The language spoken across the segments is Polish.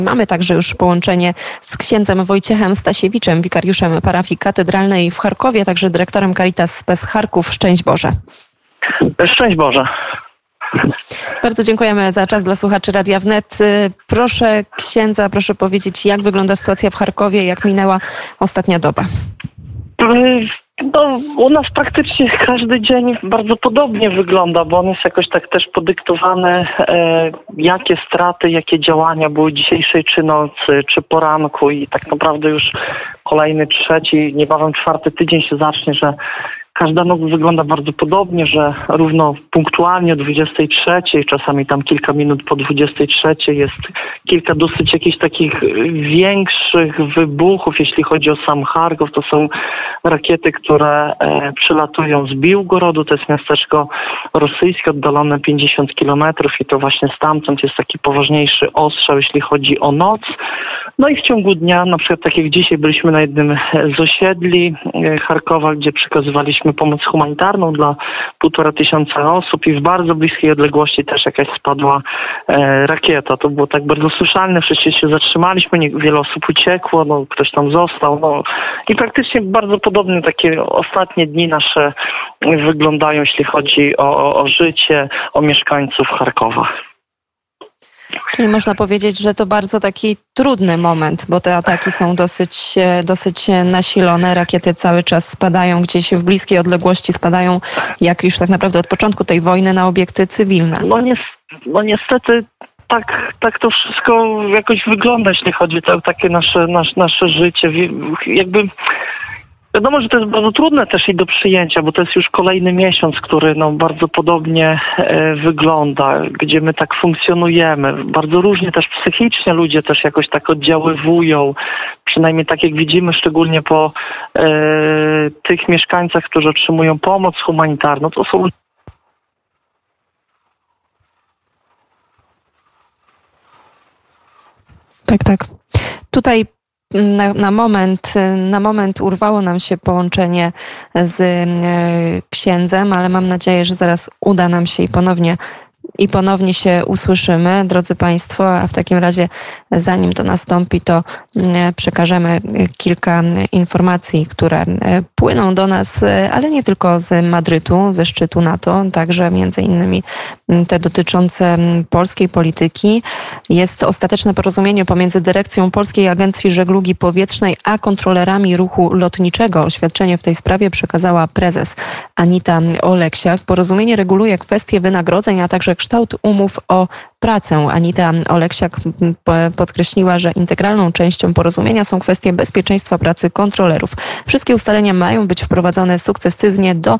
Mamy także już połączenie z księdzem Wojciechem Stasiewiczem, wikariuszem parafii katedralnej w Charkowie, także dyrektorem Caritas Spes Charków. Szczęść Boże. Szczęść Boże. Bardzo dziękujemy za czas dla słuchaczy Radia Wnet. Proszę księdza, proszę powiedzieć, jak wygląda sytuacja w Charkowie, jak minęła ostatnia doba? No, u nas praktycznie każdy dzień bardzo podobnie wygląda, bo on jest jakoś tak też podyktowany, jakie straty, jakie działania były dzisiejszej czy nocy, czy poranku i tak naprawdę już kolejny, trzeci, niebawem czwarty tydzień się zacznie, że każda noc wygląda bardzo podobnie, że równo punktualnie o 23, czasami tam kilka minut po 23 jest kilka dosyć jakichś takich większych wybuchów, jeśli chodzi o sam Charków. To są rakiety, które przylatują z Biłgorodu, to jest miasteczko rosyjskie, oddalone 50 kilometrów i to właśnie stamtąd jest taki poważniejszy ostrzał, jeśli chodzi o noc. No i w ciągu dnia, na przykład tak jak dzisiaj byliśmy na jednym z osiedli Charkowa, gdzie przekazywaliśmy pomoc humanitarną dla 1500 osób i w bardzo bliskiej odległości też jakaś spadła rakieta. To było tak bardzo słyszalne, wszyscy się zatrzymaliśmy, wiele osób uciekło, no, ktoś tam został. No. I praktycznie bardzo podobnie takie ostatnie dni nasze wyglądają, jeśli chodzi o życie, o mieszkańców Charkowa. Czyli można powiedzieć, że to bardzo taki trudny moment, bo te ataki są dosyć nasilone. Rakiety cały czas spadają gdzieś w bliskiej odległości, spadają jak już tak naprawdę od początku tej wojny na obiekty cywilne. No niestety tak to wszystko jakoś wygląda, jeśli chodzi o takie nasze życie. Jakby wiadomo, że to jest bardzo trudne też i do przyjęcia, bo to jest już kolejny miesiąc, który bardzo podobnie wygląda, gdzie my tak funkcjonujemy. Bardzo różnie też psychicznie ludzie też jakoś tak oddziaływują, przynajmniej tak jak widzimy, szczególnie po tych mieszkańcach, którzy otrzymują pomoc humanitarną. To są Tak. Tutaj na moment urwało nam się połączenie z księdzem, ale mam nadzieję, że zaraz uda nam się i ponownie się usłyszymy, drodzy Państwo, a w takim razie zanim to nastąpi, to przekażemy kilka informacji, które płyną do nas, ale nie tylko z Madrytu, ze szczytu NATO, także między innymi te dotyczące polskiej polityki. Jest ostateczne porozumienie pomiędzy dyrekcją Polskiej Agencji Żeglugi Powietrznej a kontrolerami ruchu lotniczego. Oświadczenie w tej sprawie przekazała prezes Anita Oleksiak. Porozumienie reguluje kwestie wynagrodzeń, a także kształt umów o pracę. Anita Oleksiak podkreśliła, że integralną częścią porozumienia są kwestie bezpieczeństwa pracy kontrolerów. Wszystkie ustalenia mają być wprowadzone sukcesywnie do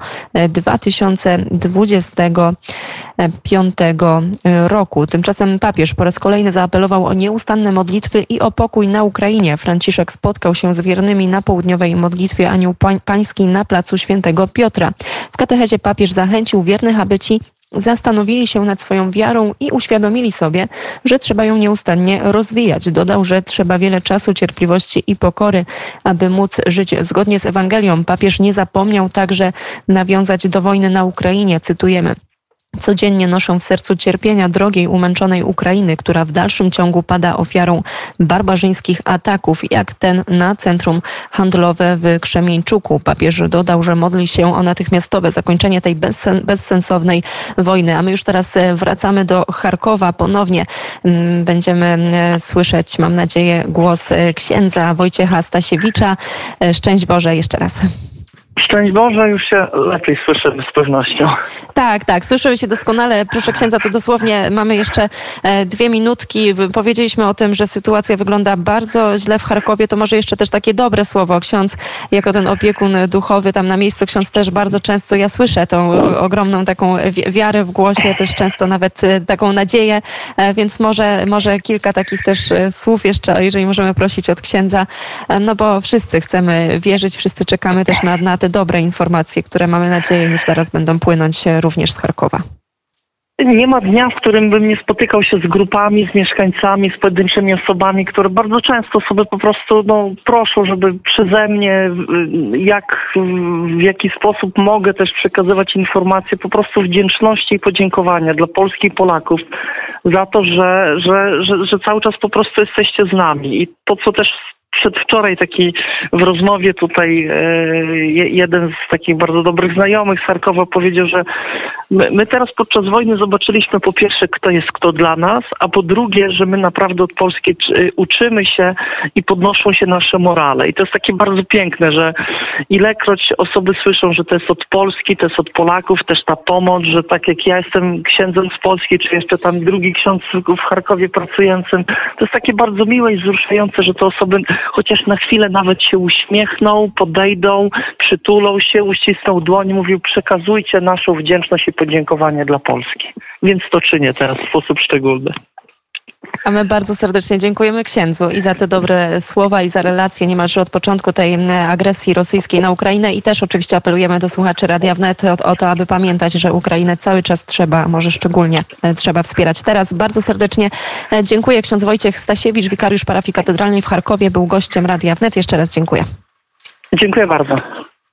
2025 roku. Tymczasem papież po raz kolejny zaapelował o nieustanne modlitwy i o pokój na Ukrainie. Franciszek spotkał się z wiernymi na południowej modlitwie Anioł Pański na placu Świętego Piotra. W katechezie papież zachęcił wiernych, aby ci zastanowili się nad swoją wiarą i uświadomili sobie, że trzeba ją nieustannie rozwijać. Dodał, że trzeba wiele czasu, cierpliwości i pokory, aby móc żyć zgodnie z Ewangelią. Papież nie zapomniał także nawiązać do wojny na Ukrainie. Cytujemy: codziennie noszę w sercu cierpienia drogiej, umęczonej Ukrainy, która w dalszym ciągu pada ofiarą barbarzyńskich ataków, jak ten na centrum handlowe w Krzemieńczuku. Papież dodał, że modli się o natychmiastowe zakończenie tej bezsensownej wojny. A my już teraz wracamy do Charkowa. Ponownie będziemy słyszeć, mam nadzieję, głos księdza Wojciecha Stasiewicza. Szczęść Boże jeszcze raz. Szczęść Boże, już się lepiej słyszymy z pewnością. Tak, słyszymy się doskonale. Proszę księdza, to dosłownie mamy jeszcze 2 minutki. Powiedzieliśmy o tym, że sytuacja wygląda bardzo źle w Charkowie. To może jeszcze też takie dobre słowo. Ksiądz, jako ten opiekun duchowy tam na miejscu, ksiądz też bardzo często, ja słyszę tą ogromną taką wiarę w głosie, też często nawet taką nadzieję, więc może kilka takich też słów jeszcze, jeżeli możemy prosić od księdza, no bo wszyscy chcemy wierzyć, wszyscy czekamy też na te dobre informacje, które mamy nadzieję już zaraz będą płynąć również z Charkowa. Nie ma dnia, w którym bym nie spotykał się z grupami, z mieszkańcami, z pojedynczymi osobami, które bardzo często sobie po prostu proszą, żeby przeze mnie, w jaki sposób mogę też przekazywać informacje po prostu wdzięczności i podziękowania dla Polski i Polaków za to, że cały czas po prostu jesteście z nami. I to, co też przedwczoraj w rozmowie tutaj jeden z takich bardzo dobrych znajomych z Charkowa powiedział, że my teraz podczas wojny zobaczyliśmy po pierwsze, kto jest kto dla nas, a po drugie, że my naprawdę od Polski uczymy się i podnoszą się nasze morale. I to jest takie bardzo piękne, że ilekroć osoby słyszą, że to jest od Polski, to jest od Polaków, też ta pomoc, że tak jak ja jestem księdzem z Polski, czy jeszcze tam drugi ksiądz w Charkowie pracującym, to jest takie bardzo miłe i wzruszające, że te osoby chociaż na chwilę nawet się uśmiechną, podejdą, przytulą się, uścisną dłoń, mówił, przekazujcie naszą wdzięczność i podziękowanie dla Polski. Więc to czynię teraz w sposób szczególny. A my bardzo serdecznie dziękujemy księdzu i za te dobre słowa i za relacje niemalże od początku tej agresji rosyjskiej na Ukrainę i też oczywiście apelujemy do słuchaczy Radia Wnet o to, aby pamiętać, że Ukrainę cały czas trzeba, może szczególnie trzeba wspierać. Teraz bardzo serdecznie dziękuję. Ksiądz Wojciech Stasiewicz, wikariusz parafii katedralnej w Charkowie, był gościem Radia Wnet. Jeszcze raz dziękuję. Dziękuję bardzo.